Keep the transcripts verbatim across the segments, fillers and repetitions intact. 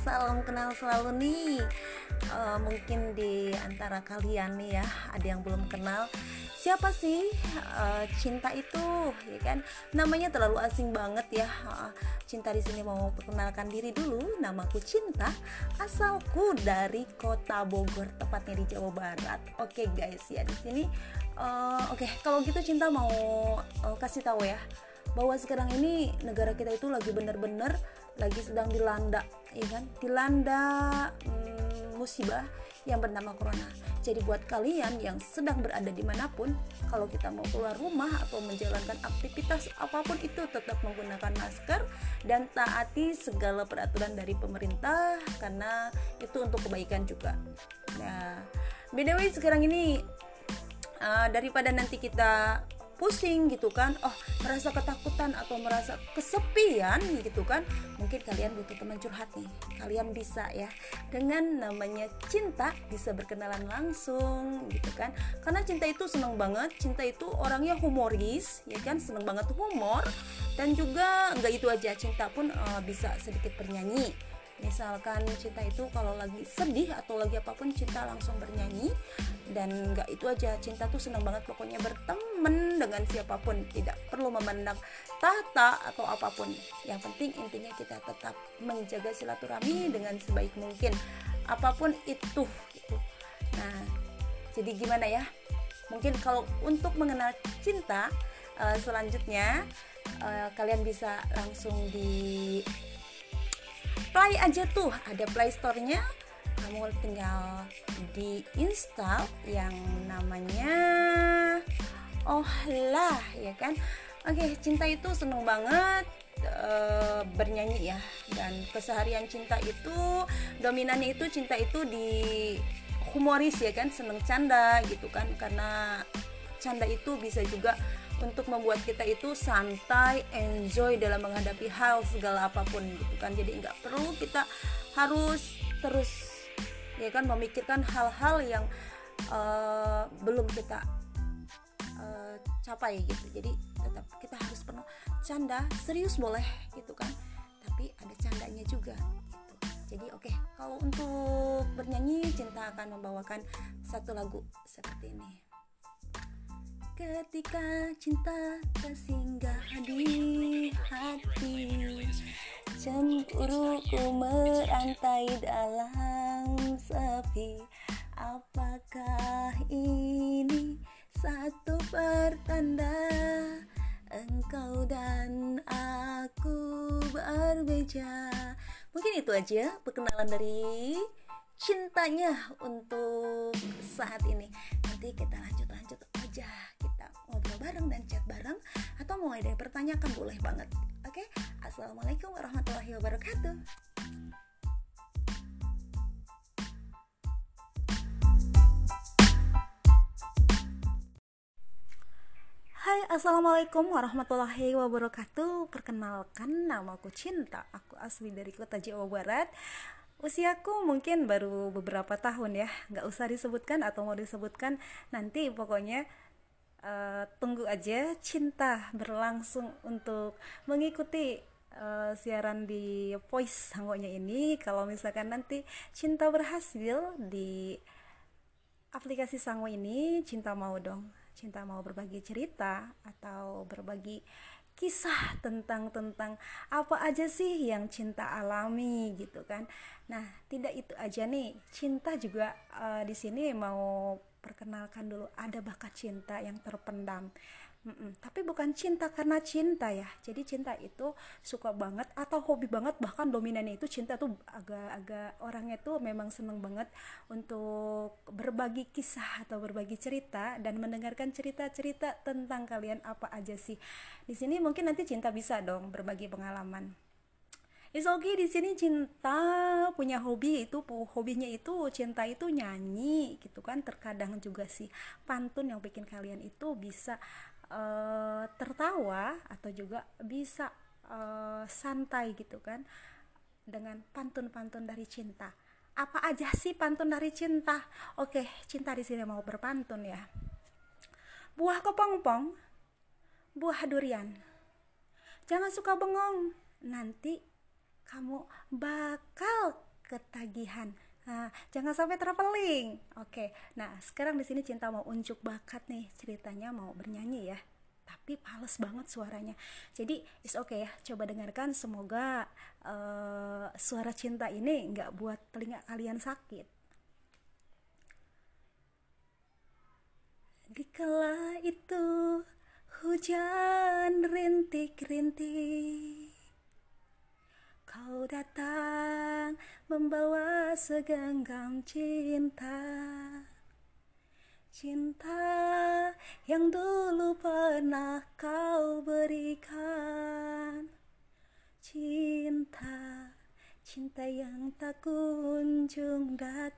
salam kenal selalu nih. Uh, mungkin di antara kalian nih ya, ada yang belum kenal siapa sih uh, cinta itu, ya kan? Namanya terlalu asing banget ya. Uh, cinta di sini mau perkenalkan diri dulu. Namaku Cinta, asalku dari kota Bogor, tepatnya di Jawa Barat. Oke okay, guys, ya di sini. Uh, Oke, okay, kalau gitu Cinta mau uh, kasih tahu ya, bahwa sekarang ini negara kita itu lagi bener-bener lagi sedang dilanda, ya kan? Dilanda hmm, musibah yang bernama corona. Jadi buat kalian yang sedang berada dimanapun, kalau kita mau keluar rumah atau menjalankan aktivitas apapun itu, tetap menggunakan masker dan taati segala peraturan dari pemerintah, karena itu untuk kebaikan juga. Nah, by the way sekarang ini uh, daripada nanti kita pusing gitu kan, oh merasa ketakutan atau merasa kesepian gitu kan, mungkin kalian butuh teman curhat nih. Kalian bisa ya dengan namanya Cinta, bisa berkenalan langsung gitu kan, karena Cinta itu seneng banget. Cinta itu orangnya humoris, ya kan, seneng banget humor. Dan juga nggak itu aja, Cinta pun uh, bisa sedikit bernyanyi. Misalkan Cinta itu kalau lagi sedih atau lagi apapun, Cinta langsung bernyanyi. Dan gak itu aja, Cinta tuh senang banget pokoknya berteman dengan siapapun, tidak perlu memandang tahta atau apapun. Yang penting intinya kita tetap menjaga silaturahmi dengan sebaik mungkin, apapun itu gitu. Nah, jadi gimana ya, mungkin kalau untuk mengenal Cinta uh, selanjutnya uh, kalian bisa langsung di play aja tuh, ada Play Store-nya. Kamu tinggal di install yang namanya Oh lah, ya kan. Oke, Cinta itu seneng banget uh, bernyanyi ya. Dan keseharian Cinta itu dominannya itu Cinta itu di humoris, ya kan, seneng canda gitu kan. Karena canda itu bisa juga untuk membuat kita itu santai, enjoy dalam menghadapi hal segala apapun gitu kan. Jadi nggak perlu kita harus terus, ya kan, memikirkan hal-hal yang uh, belum kita uh, capai gitu. Jadi tetap kita harus penuh canda, serius boleh gitu kan, tapi ada candanya juga gitu. Jadi oke, okay, kalau untuk bernyanyi Cinta akan membawakan satu lagu seperti ini. Ketika cinta tersinggah di hati, cemburuku merantai dalam sepi. Apakah ini satu pertanda engkau dan aku berbeda? Mungkin itu aja perkenalan dari Cintanya untuk saat ini. Nanti kita lanjut-lanjut aja, kita ngobrol bareng dan chat bareng, atau mau ada yang pertanyakan boleh banget. Oke, assalamualaikum warahmatullahi wabarakatuh. Hai, assalamualaikum warahmatullahi wabarakatuh. Perkenalkan, namaku Cinta. Aku asli dari kota Jawa Barat. Usiaku mungkin baru beberapa tahun ya, nggak usah disebutkan atau mau disebutkan nanti, pokoknya uh, tunggu aja Cinta berlangsung untuk mengikuti uh, siaran di Voice Sangonya ini. Kalau misalkan nanti Cinta berhasil di aplikasi Sango ini, Cinta mau dong, Cinta mau berbagi cerita atau berbagi kisah tentang tentang apa aja sih yang Cinta alami gitu kan. Nah, tidak itu aja nih, Cinta juga uh, di sini mau perkenalkan dulu, ada bakat Cinta yang terpendam. Mm-mm. Tapi bukan cinta karena cinta ya. Jadi Cinta itu suka banget atau hobi banget, bahkan dominannya itu Cinta tuh agak-agak orangnya tuh memang seneng banget untuk berbagi kisah atau berbagi cerita dan mendengarkan cerita-cerita tentang kalian apa aja sih. Di sini mungkin nanti Cinta bisa dong berbagi pengalaman. It's okay, di sini Cinta punya hobi, itu hobinya itu Cinta itu nyanyi gitu kan. Terkadang juga sih pantun yang bikin kalian itu bisa uh, tertawa atau juga bisa uh, santai gitu kan dengan pantun-pantun dari Cinta. Apa aja sih pantun dari Cinta? Oke, Cinta di sini mau berpantun ya. Buah kepompong, buah durian, jangan suka bengong, nanti kamu bakal ketagihan. Nah, jangan sampai traveling. Oke. Nah, sekarang di sini Cinta mau unjuk bakat nih, ceritanya mau bernyanyi ya. Tapi pales banget suaranya. Jadi, is okay ya. Coba dengarkan, semoga uh, suara Cinta ini nggak buat telinga kalian sakit. Dikala itu hujan rintik-rintik, kau datang membawa segenggam cinta. Cinta yang dulu pernah kau berikan. Cinta, cinta yang tak kunjung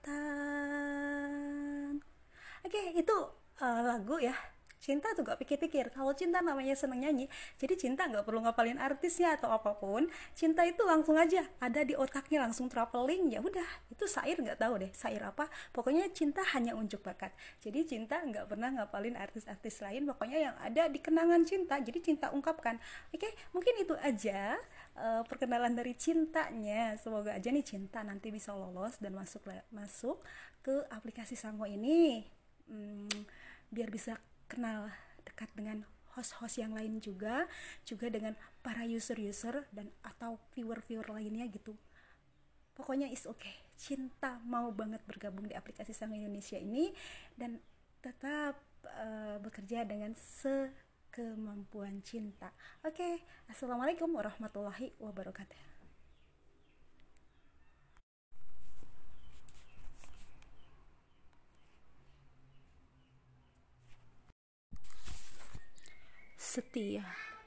datang. Oke, itu uh, lagu ya. Cinta tuh gak pikir-pikir. Kalau Cinta namanya seneng nyanyi, jadi Cinta gak perlu ngapalin artisnya atau apapun. Cinta itu langsung aja ada di otaknya, langsung traveling. Ya udah, itu syair gak tahu deh syair apa. Pokoknya Cinta hanya unjuk bakat. Jadi Cinta gak pernah ngapalin artis-artis lain. Pokoknya yang ada di kenangan Cinta. Jadi Cinta ungkapkan. Oke, mungkin itu aja uh, perkenalan dari Cintanya. Semoga aja nih Cinta nanti bisa lolos dan masuk masuk ke aplikasi Sango ini. Hmm, biar bisa kenal dekat dengan host-host yang lain juga, juga dengan para user-user dan atau viewer-viewer lainnya gitu. Pokoknya is okay. Cinta mau banget bergabung di aplikasi Sango Indonesia ini dan tetap uh, bekerja dengan sekemampuan Cinta. Oke, okay. Assalamualaikum warahmatullahi wabarakatuh. Setia.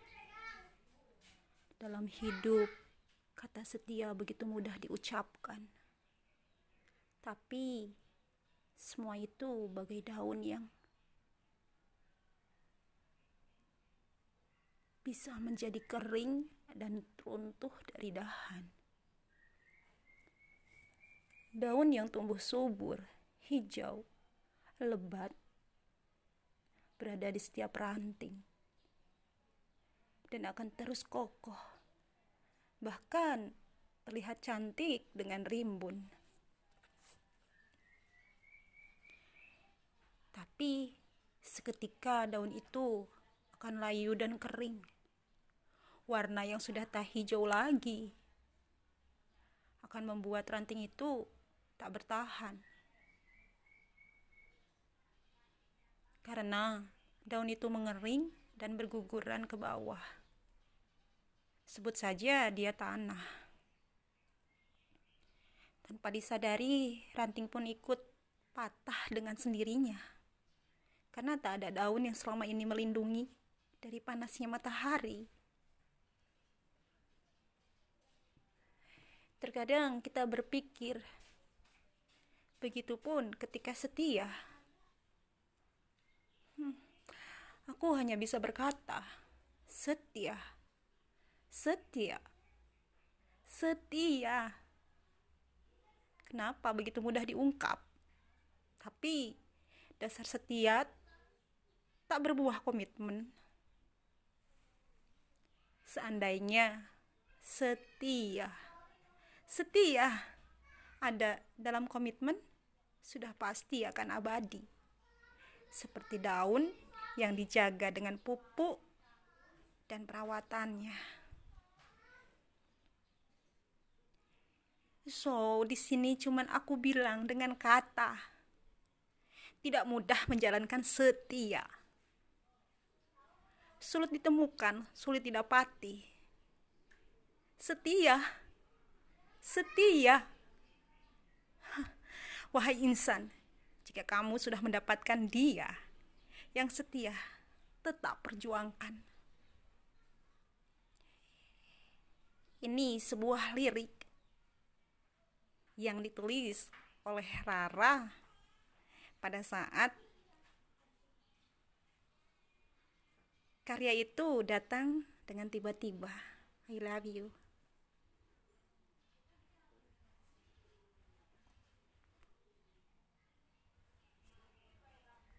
Dalam hidup, kata setia begitu mudah diucapkan. Tapi, semua itu bagai daun yang bisa menjadi kering dan runtuh dari dahan. Daun yang tumbuh subur, hijau, lebat, berada di setiap ranting. Dan akan terus kokoh, bahkan terlihat cantik dengan rimbun. Tapi seketika daun itu akan layu dan kering. Warna yang sudah tak hijau lagi akan membuat ranting itu tak bertahan. Karena daun itu mengering dan berguguran ke bawah. Sebut saja dia tanah. Tanpa disadari, ranting pun ikut patah dengan sendirinya. Karena tak ada daun yang selama ini melindungi dari panasnya matahari. Terkadang kita berpikir, begitupun ketika setia. Hmm, aku hanya bisa berkata, setia. Setia, setia. Kenapa begitu mudah diungkap? Tapi dasar setia tak berbuah komitmen. Seandainya setia, setia ada dalam komitmen, sudah pasti akan abadi. Seperti daun yang dijaga dengan pupuk dan perawatannya. So, di sini cuman aku bilang dengan kata. Tidak mudah menjalankan setia. Sulit ditemukan, sulit didapati. Setia. Setia. Wahai insan, jika kamu sudah mendapatkan dia yang setia, tetap perjuangkan. Ini sebuah lirik yang ditulis oleh Rara pada saat karya itu datang dengan tiba-tiba. I love you.